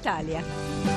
Italia.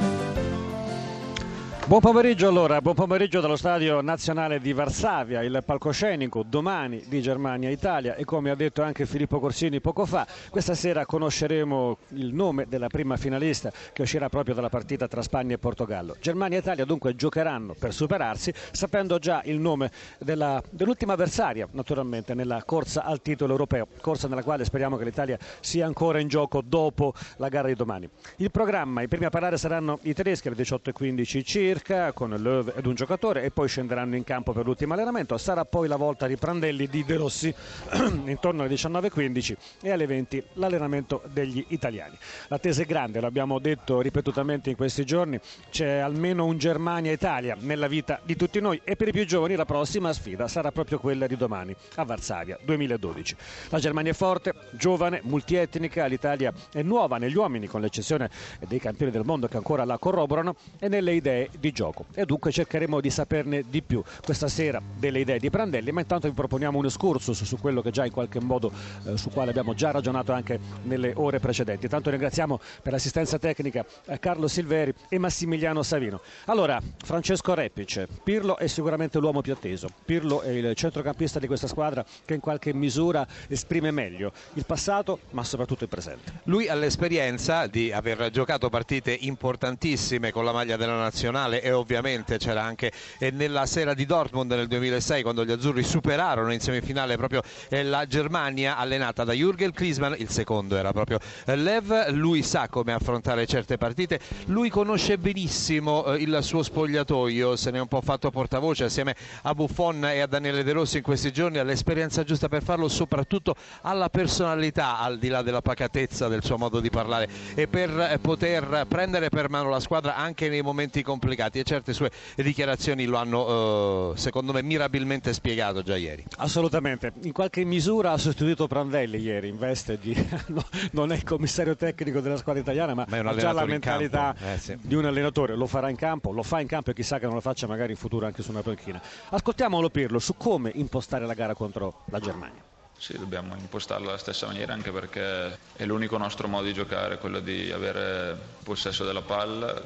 Buon pomeriggio allora, buon pomeriggio dallo Stadio Nazionale di Varsavia, il palcoscenico domani di Germania-Italia e come ha detto anche Filippo Corsini poco fa, questa sera conosceremo il nome della prima finalista che uscirà proprio dalla partita tra Spagna e Portogallo. Germania e Italia dunque giocheranno per superarsi sapendo già il nome dell'ultima avversaria naturalmente nella corsa al titolo europeo, corsa nella quale speriamo che l'Italia sia ancora in gioco dopo la gara di domani. Il programma, i primi a parlare saranno i tedeschi alle 18:15 circa, con Löw ed un giocatore e poi scenderanno in campo per l'ultimo allenamento. Sarà poi la volta di Prandelli, di De Rossi intorno alle 19:15 e alle 20 l'allenamento degli italiani. L'attesa è grande, l'abbiamo detto ripetutamente in questi giorni, c'è almeno un Germania-Italia nella vita di tutti noi e per i più giovani la prossima sfida sarà proprio quella di domani a Varsavia 2012. La Germania è forte, giovane, multietnica, l'Italia è nuova negli uomini con l'eccezione dei campioni del mondo che ancora la corroborano e nelle idee di gioco e dunque cercheremo di saperne di più questa sera delle idee di Prandelli, ma intanto vi proponiamo un excursus su quello che già in qualche modo su quale abbiamo già ragionato anche nelle ore precedenti. Tanto ringraziamo per l'assistenza tecnica Carlo Silveri e Massimiliano Savino. Allora, Francesco Repic, Pirlo è sicuramente l'uomo più atteso, Pirlo è il centrocampista di questa squadra che in qualche misura esprime meglio il passato ma soprattutto il presente. Lui ha l'esperienza di aver giocato partite importantissime con la maglia della nazionale e ovviamente c'era anche nella sera di Dortmund nel 2006 quando gli azzurri superarono in semifinale proprio la Germania allenata da Jürgen Klinsmann, il secondo era proprio Löw. Lui sa come affrontare certe partite, lui conosce benissimo il suo spogliatoio, se ne è un po' fatto portavoce assieme a Buffon e a Daniele De Rossi in questi giorni, ha l'esperienza giusta per farlo, soprattutto alla personalità al di là della pacatezza del suo modo di parlare e per poter prendere per mano la squadra anche nei momenti complicati e certe sue dichiarazioni lo hanno secondo me mirabilmente spiegato già ieri. Assolutamente, in qualche misura ha sostituito Prandelli ieri in veste di non è il commissario tecnico della squadra italiana ma ha già la mentalità di un allenatore, lo farà in campo, lo fa in campo e chissà che non lo faccia magari in futuro anche su una panchina. Ascoltiamolo Pirlo su come impostare la gara contro la Germania. Sì, dobbiamo impostarla alla stessa maniera anche perché è l'unico nostro modo di giocare, quello di avere possesso della palla,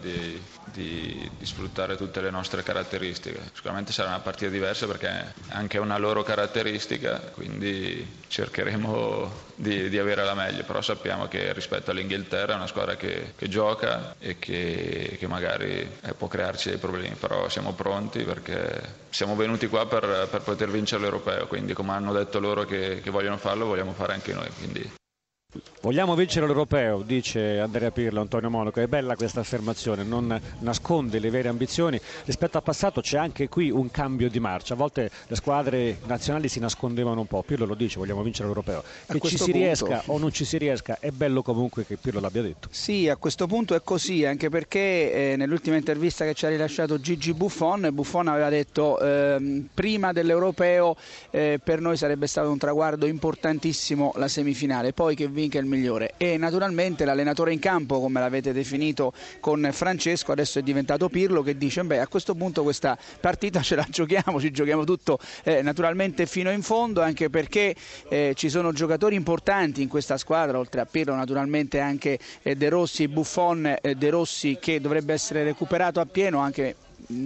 di sfruttare tutte le nostre caratteristiche. Sicuramente sarà una partita diversa perché è anche una loro caratteristica, quindi cercheremo di avere la meglio, però sappiamo che rispetto all'Inghilterra è una squadra che gioca e che magari può crearci dei problemi, però siamo pronti perché siamo venuti qua per poter vincere l'Europeo, quindi come hanno detto loro che vogliono farlo, vogliamo fare anche noi. Quindi. Vogliamo vincere l'Europeo, dice Andrea Pirlo, Antonio Monaco, è bella questa affermazione, non nasconde le vere ambizioni. Rispetto al passato c'è anche qui un cambio di marcia, a volte le squadre nazionali si nascondevano un po', Pirlo lo dice, vogliamo vincere l'Europeo. Che ci si riesca o non ci si riesca, è bello comunque che Pirlo l'abbia detto. Sì, a questo punto è così, anche perché nell'ultima intervista che ci ha rilasciato Gigi Buffon aveva detto prima dell'Europeo per noi sarebbe stato un traguardo importantissimo la semifinale, poi che vinca il migliore e naturalmente l'allenatore in campo, come l'avete definito con Francesco, adesso è diventato Pirlo, che dice beh, a questo punto questa partita ce la giochiamo, ci giochiamo tutto naturalmente fino in fondo, anche perché ci sono giocatori importanti in questa squadra, oltre a Pirlo naturalmente anche De Rossi, Buffon, De Rossi che dovrebbe essere recuperato appieno anche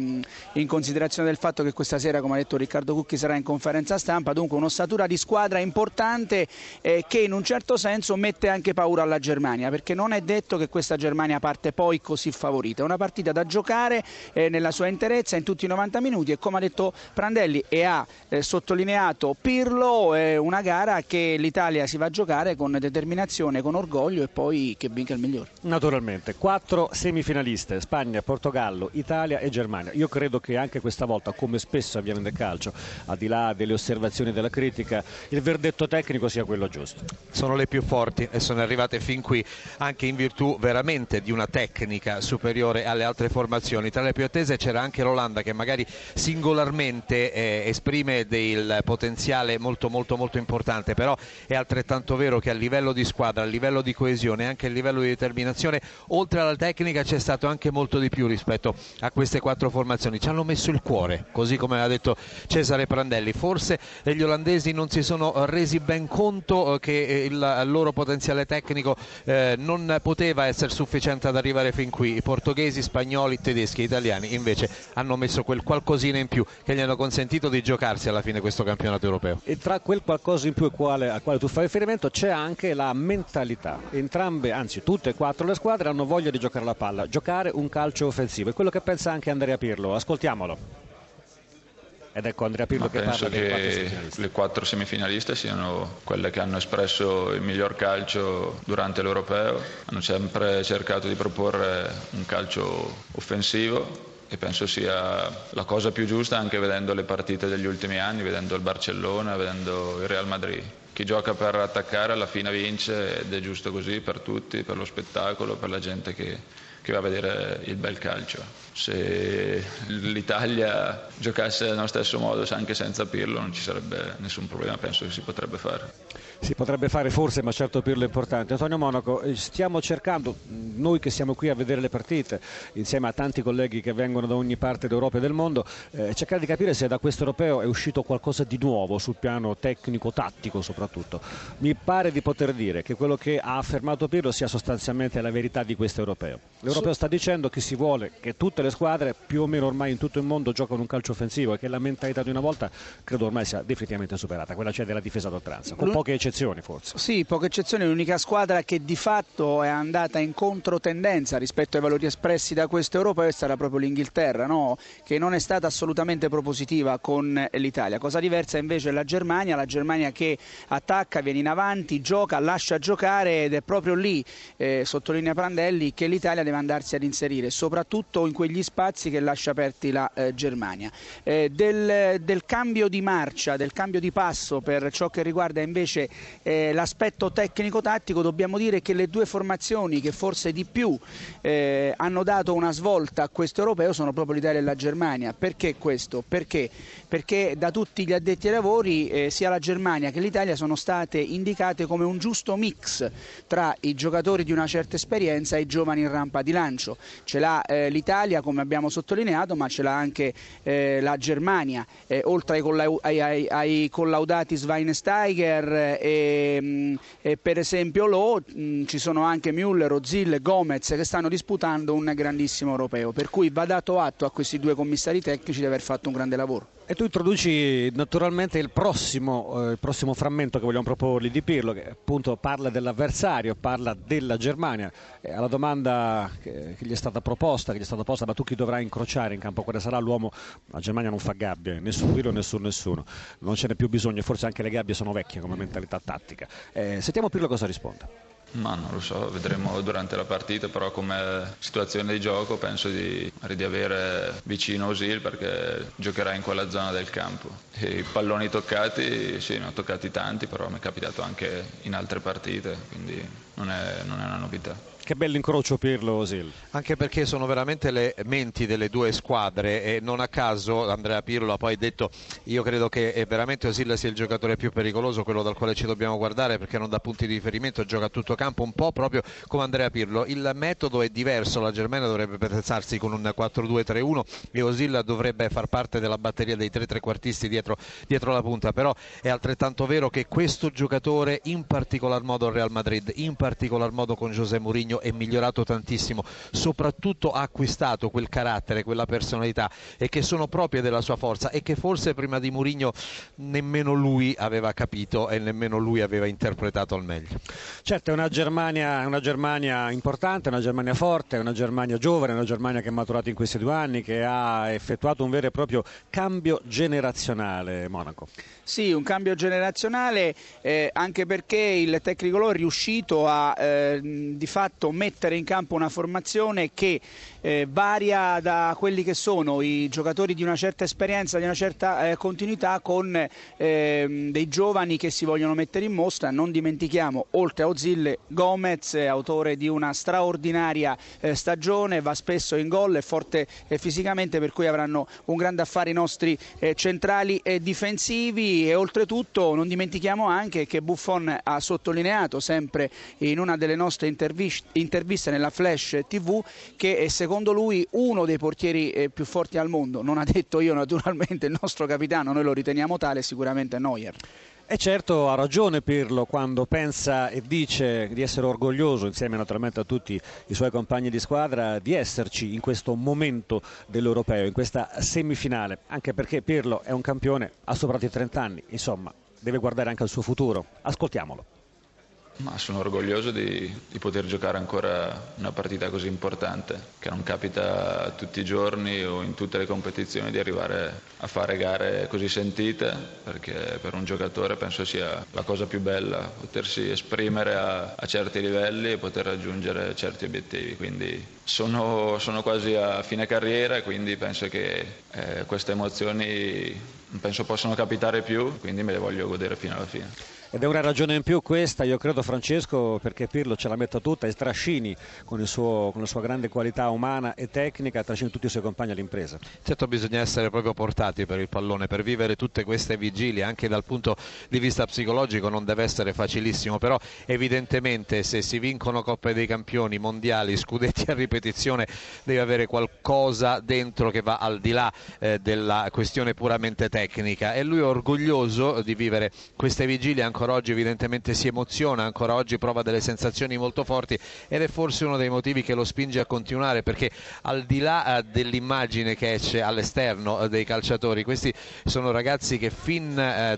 in considerazione del fatto che questa sera, come ha detto Riccardo Cucchi, sarà in conferenza stampa, dunque un'ossatura di squadra importante che in un certo senso mette anche paura alla Germania, perché non è detto che questa Germania parte poi così favorita, è una partita da giocare nella sua interezza in tutti i 90 minuti e come ha detto Prandelli e ha sottolineato Pirlo, è una gara che l'Italia si va a giocare con determinazione, con orgoglio e poi che vinca il migliore. Naturalmente, 4 semifinaliste, Spagna, Portogallo, Italia e Germania. Io credo che anche questa volta, come spesso avviene nel calcio, al di là delle osservazioni e della critica, il verdetto tecnico sia quello giusto. Sono le più forti e sono arrivate fin qui anche in virtù veramente di una tecnica superiore alle altre formazioni. Tra le più attese c'era anche l'Olanda, che magari singolarmente esprime del potenziale molto importante, però è altrettanto vero che a livello di squadra, a livello di coesione e anche a livello di determinazione, oltre alla tecnica c'è stato anche molto di più rispetto a queste quattro formazioni, ci hanno messo il cuore, così come aveva detto Cesare Prandelli. Forse gli olandesi non si sono resi ben conto che il loro potenziale tecnico non poteva essere sufficiente ad arrivare fin qui. I portoghesi, spagnoli, tedeschi, italiani invece hanno messo quel qualcosina in più che gli hanno consentito di giocarsi alla fine questo campionato europeo. E tra quel qualcosa in più al quale tu fai riferimento c'è anche la mentalità. Entrambe, anzi tutte e quattro le squadre hanno voglia di giocare la palla, giocare un calcio offensivo. È quello che pensa anche Andrea Pirlo. Ascoltiamolo. Ed ecco Andrea Pirlo che parla dei quattro semifinalisti. Le quattro semifinaliste siano quelle che hanno espresso il miglior calcio durante l'Europeo, hanno sempre cercato di proporre un calcio offensivo e penso sia la cosa più giusta, anche vedendo le partite degli ultimi anni, vedendo il Barcellona, vedendo il Real Madrid. Chi gioca per attaccare alla fine vince ed è giusto così per tutti, per lo spettacolo, per la gente che va a vedere il bel calcio. Se l'Italia giocasse nello stesso modo anche senza Pirlo non ci sarebbe nessun problema, penso che si potrebbe fare. Si potrebbe fare forse, ma certo Pirlo è importante. Antonio Monaco, stiamo cercando, noi che siamo qui a vedere le partite insieme a tanti colleghi che vengono da ogni parte d'Europa e del mondo, cercare di capire se da questo europeo è uscito qualcosa di nuovo sul piano tecnico, tattico soprattutto. Mi pare di poter dire che quello che ha affermato Pirlo sia sostanzialmente la verità di questo europeo. L'europeo sta dicendo che si vuole che tutte le squadre più o meno ormai in tutto il mondo giocano un calcio offensivo e che la mentalità di una volta credo ormai sia definitivamente superata, quella c'è della difesa d'oltranza, con poche eccezioni forse. Sì, poche eccezioni, l'unica squadra che di fatto è andata in controtendenza rispetto ai valori espressi da questo europeo è stata proprio l'Inghilterra, no? Che non è stata assolutamente propositiva con l'Italia. Cosa diversa invece è la Germania che attacca, viene in avanti, gioca, lascia giocare ed è proprio lì, sottolinea Prandelli, che l'Italia deve andarsi ad inserire, soprattutto in quegli spazi che lascia aperti la Germania. Del cambio di marcia, del cambio di passo per ciò che riguarda invece l'aspetto tecnico-tattico, dobbiamo dire che le due formazioni che forse di più hanno dato una svolta a questo europeo sono proprio l'Italia e la Germania. Perché questo? Perché da tutti gli addetti ai lavori sia la Germania che l'Italia sono state indicate come un giusto mix tra i giocatori di una certa esperienza e i giovani in rampa di lancio. Ce l'ha l'Italia, come abbiamo sottolineato, ma ce l'ha anche la Germania, oltre ai collaudati Schweinsteiger e per esempio Loh, ci sono anche Müller, Özil e Gomez che stanno disputando un grandissimo europeo, per cui va dato atto a questi due commissari tecnici di aver fatto un grande lavoro. E tu introduci naturalmente il prossimo frammento che vogliamo proporgli di Pirlo, che appunto parla dell'avversario, parla della Germania. Alla domanda che gli è stata proposta, ma tu chi dovrai incrociare in campo, quale sarà l'uomo? La Germania non fa gabbie, nessun Pirlo, nessuno. Non ce n'è più bisogno, forse anche le gabbie sono vecchie come mentalità tattica. Sentiamo Pirlo cosa risponde. Ma non lo so, vedremo durante la partita, però come situazione di gioco penso di avere vicino Özil perché giocherà in quella zona del campo. E i palloni toccati, sì, ne ho toccati tanti, però mi è capitato anche in altre partite, quindi non è una novità. Che bell'incrocio Pirlo-Özil. Anche perché sono veramente le menti delle due squadre e non a caso Andrea Pirlo ha poi detto: io credo che veramente Özil sia il giocatore più pericoloso, quello dal quale ci dobbiamo guardare, perché non dà punti di riferimento, gioca a tutto campo, un po' proprio come Andrea Pirlo. Il metodo è diverso, la Germania dovrebbe pensarsi con un 4-2-3-1 e Özil dovrebbe far parte della batteria dei tre trequartisti dietro la punta, però è altrettanto vero che questo giocatore, in particolar modo al Real Madrid, in particolar modo con José Mourinho, è migliorato tantissimo, soprattutto ha acquistato quel carattere, quella personalità e che sono proprie della sua forza e che forse prima di Mourinho nemmeno lui aveva capito e nemmeno lui aveva interpretato al meglio. Certo, è una Germania importante, una Germania forte, una Germania giovane, una Germania che è maturata in questi 2 anni, che ha effettuato un vero e proprio cambio generazionale, Monaco. Sì, un cambio generazionale anche perché il Tecnicolor è riuscito a di fatto mettere in campo una formazione che varia da quelli che sono i giocatori di una certa esperienza, di una certa continuità, con dei giovani che si vogliono mettere in mostra. Non dimentichiamo, oltre a Özil, Gomez, autore di una straordinaria stagione, va spesso in gol, è forte fisicamente, per cui avranno un grande affare i nostri centrali difensivi. E oltretutto non dimentichiamo anche che Buffon ha sottolineato sempre in una delle nostre interviste nella Flash TV che è secondo lui uno dei portieri più forti al mondo. Non ha detto io naturalmente il nostro capitano, noi lo riteniamo tale, sicuramente Neuer. E certo ha ragione Pirlo quando pensa e dice di essere orgoglioso, insieme naturalmente a tutti i suoi compagni di squadra, di esserci in questo momento dell'Europeo, in questa semifinale, anche perché Pirlo è un campione, ha superato i 30 anni, insomma deve guardare anche al suo futuro. Ascoltiamolo. Ma sono orgoglioso di poter giocare ancora una partita così importante, che non capita tutti i giorni o in tutte le competizioni di arrivare a fare gare così sentite, perché per un giocatore penso sia la cosa più bella, potersi esprimere a certi livelli e poter raggiungere certi obiettivi. Quindi sono quasi a fine carriera e quindi penso che queste emozioni penso possano capitare più, quindi me le voglio godere fino alla fine. Ed è una ragione in più questa, io credo Francesco, perché Pirlo ce la metta tutta e trascini con la sua grande qualità umana e tecnica, trascini tutti i suoi compagni all'impresa. Certo, bisogna essere proprio portati per il pallone, per vivere tutte queste vigilie, anche dal punto di vista psicologico non deve essere facilissimo, però evidentemente se si vincono Coppe dei Campioni, mondiali, scudetti a ripetizione, deve avere qualcosa dentro che va al di là della questione puramente tecnica, e lui è orgoglioso di vivere queste vigilie. Ancora oggi evidentemente si emoziona, ancora oggi prova delle sensazioni molto forti ed è forse uno dei motivi che lo spinge a continuare, perché al di là dell'immagine che esce all'esterno dei calciatori, questi sono ragazzi che fin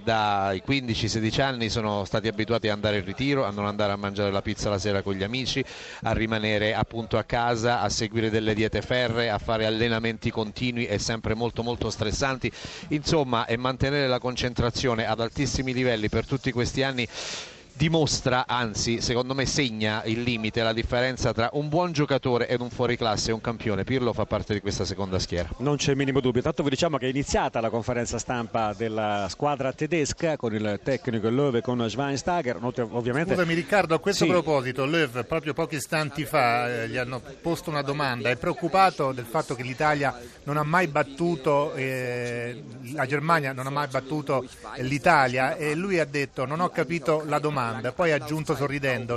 dai 15-16 anni sono stati abituati ad andare in ritiro, a non andare a mangiare la pizza la sera con gli amici, a rimanere appunto a casa, a seguire delle diete ferree, a fare allenamenti continui e sempre molto molto stressanti, insomma, e mantenere la concentrazione ad altissimi livelli per tutti questi anni dimostra, anzi secondo me segna il limite, la differenza tra un buon giocatore ed un fuoriclasse e un campione. Pirlo fa parte di questa seconda schiera. Non c'è il minimo dubbio, tanto vi diciamo che è iniziata la conferenza stampa della squadra tedesca con il tecnico Löw e con Schweinsteiger. Ovviamente... Scusami Riccardo, a questo proposito Löw proprio pochi istanti fa gli hanno posto una domanda, è preoccupato del fatto che l'Italia non ha mai battuto la Germania non ha mai battuto l'Italia, e lui ha detto non ho capito la domanda. Poi ha aggiunto sorridendo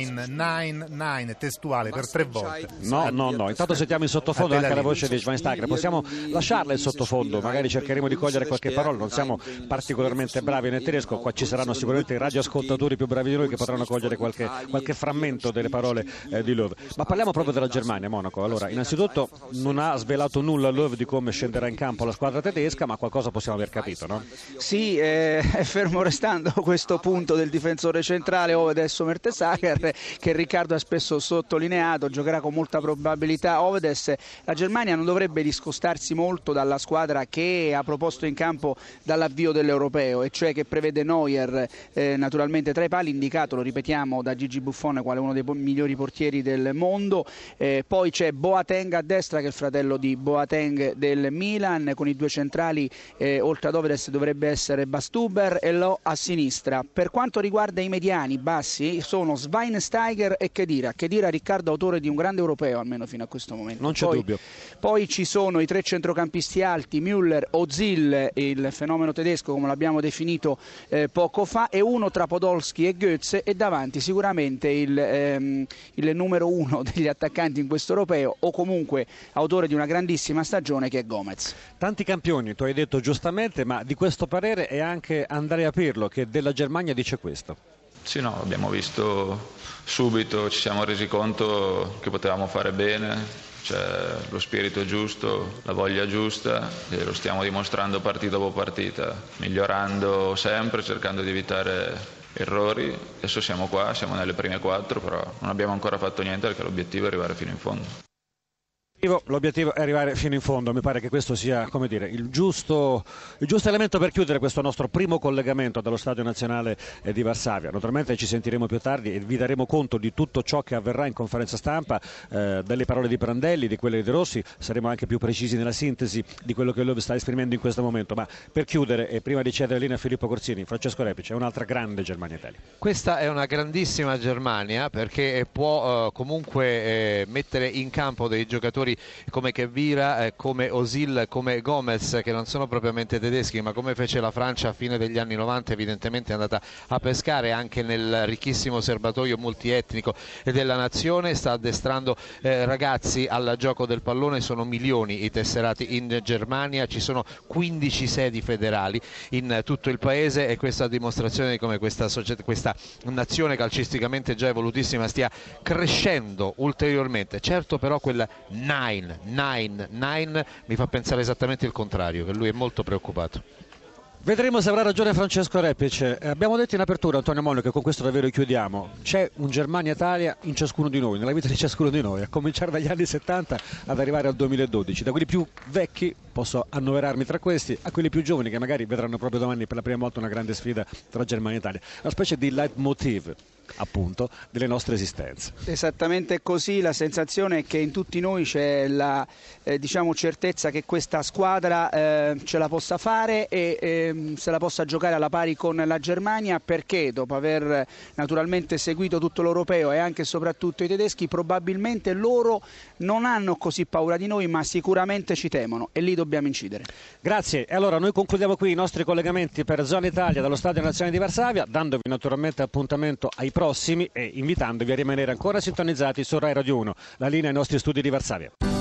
9 testuale per 3 volte. No, intanto sentiamo in sottofondo anche la voce di Schweinsteiger. Possiamo lasciarla in sottofondo, magari cercheremo di cogliere qualche parola. Non siamo particolarmente bravi nel tedesco, qua ci saranno sicuramente i radioascoltatori più bravi di noi che potranno cogliere qualche frammento delle parole di Löw. Ma parliamo proprio della Germania, Monaco. Allora, innanzitutto non ha svelato nulla Löw di come scenderà in campo la squadra tedesca, ma qualcosa possiamo aver capito, no? Sì, è fermo restando questo punto del difensore centrale Ovedes Mertesacker, che Riccardo ha spesso sottolineato, giocherà con molta probabilità Ovedes. La Germania non dovrebbe discostarsi molto dalla squadra che ha proposto in campo dall'avvio dell'Europeo, e cioè che prevede Neuer naturalmente tra i pali, indicato, lo ripetiamo, da Gigi Buffon quale uno dei migliori portieri del mondo, poi c'è Boateng a destra, che è il fratello di Boateng del Milan, con i due centrali oltre ad Ovedes dovrebbe essere Bastuber, e Loh a sinistra. Per quanto riguarda i mediani bassi sono Schweinsteiger e Khedira, Riccardo, autore di un grande europeo almeno fino a questo momento. Non c'è dubbio. Poi ci sono i 3 centrocampisti alti, Müller, Ozil, il fenomeno tedesco come l'abbiamo definito poco fa, e uno tra Podolski e Götze, e davanti sicuramente il numero 1 degli attaccanti in questo europeo, o comunque autore di una grandissima stagione, che è Gomez. Tanti campioni, tu hai detto giustamente, ma di questo parere è anche Andrea Pirlo, che della Germania dice questo. Sì, no, abbiamo visto subito, ci siamo resi conto che potevamo fare bene, c'è lo spirito giusto, la voglia giusta, e lo stiamo dimostrando partita dopo partita, migliorando sempre, cercando di evitare errori. Adesso siamo qua, siamo nelle prime 4, però non abbiamo ancora fatto niente perché l'obiettivo è arrivare fino in fondo. L'obiettivo è arrivare fino in fondo, mi pare che questo sia, come dire, il giusto elemento per chiudere questo nostro primo collegamento dallo Stadio Nazionale di Varsavia. Naturalmente ci sentiremo più tardi e vi daremo conto di tutto ciò che avverrà in conferenza stampa, delle parole di Prandelli, di quelle di Rossi, saremo anche più precisi nella sintesi di quello che Löw sta esprimendo in questo momento. Ma per chiudere, e prima di cedere la linea a Filippo Corsini, Francesco Repic, è un'altra grande Germania-Italia. Questa è una grandissima Germania, perché può comunque mettere in campo dei giocatori giocatori come Khedira, come Özil, come Gomez, che non sono propriamente tedeschi, ma come fece la Francia a fine degli anni 90 evidentemente è andata a pescare anche nel ricchissimo serbatoio multietnico della nazione. Sta addestrando ragazzi al gioco del pallone, sono milioni i tesserati in Germania, ci sono 15 sedi federali in tutto il paese, e questa dimostrazione di come questa nazione calcisticamente già evolutissima stia crescendo ulteriormente. Certo, però quel 9 mi fa pensare esattamente il contrario, che lui è molto preoccupato. Vedremo se avrà ragione Francesco Repic. Abbiamo detto in apertura, Antonio Mollo, che con questo davvero chiudiamo. C'è un Germania-Italia in ciascuno di noi, nella vita di ciascuno di noi, a cominciare dagli anni 70 ad arrivare al 2012. Da quelli più vecchi, posso annoverarmi tra questi, a quelli più giovani che magari vedranno proprio domani per la prima volta una grande sfida tra Germania e Italia. Una specie di leitmotiv, appunto, delle nostre esistenze. Esattamente così, la sensazione è che in tutti noi c'è la certezza che questa squadra ce la possa fare e se la possa giocare alla pari con la Germania, perché dopo aver naturalmente seguito tutto l'europeo e anche e soprattutto i tedeschi, probabilmente loro non hanno così paura di noi, ma sicuramente ci temono, e lì dobbiamo incidere. Grazie, e allora noi concludiamo qui i nostri collegamenti per Zona Italia dallo Stadio Nazionale di Varsavia, dandovi naturalmente appuntamento ai prossimi e invitandovi a rimanere ancora sintonizzati su Rai Radio 1. La linea ai nostri studi di Varsavia.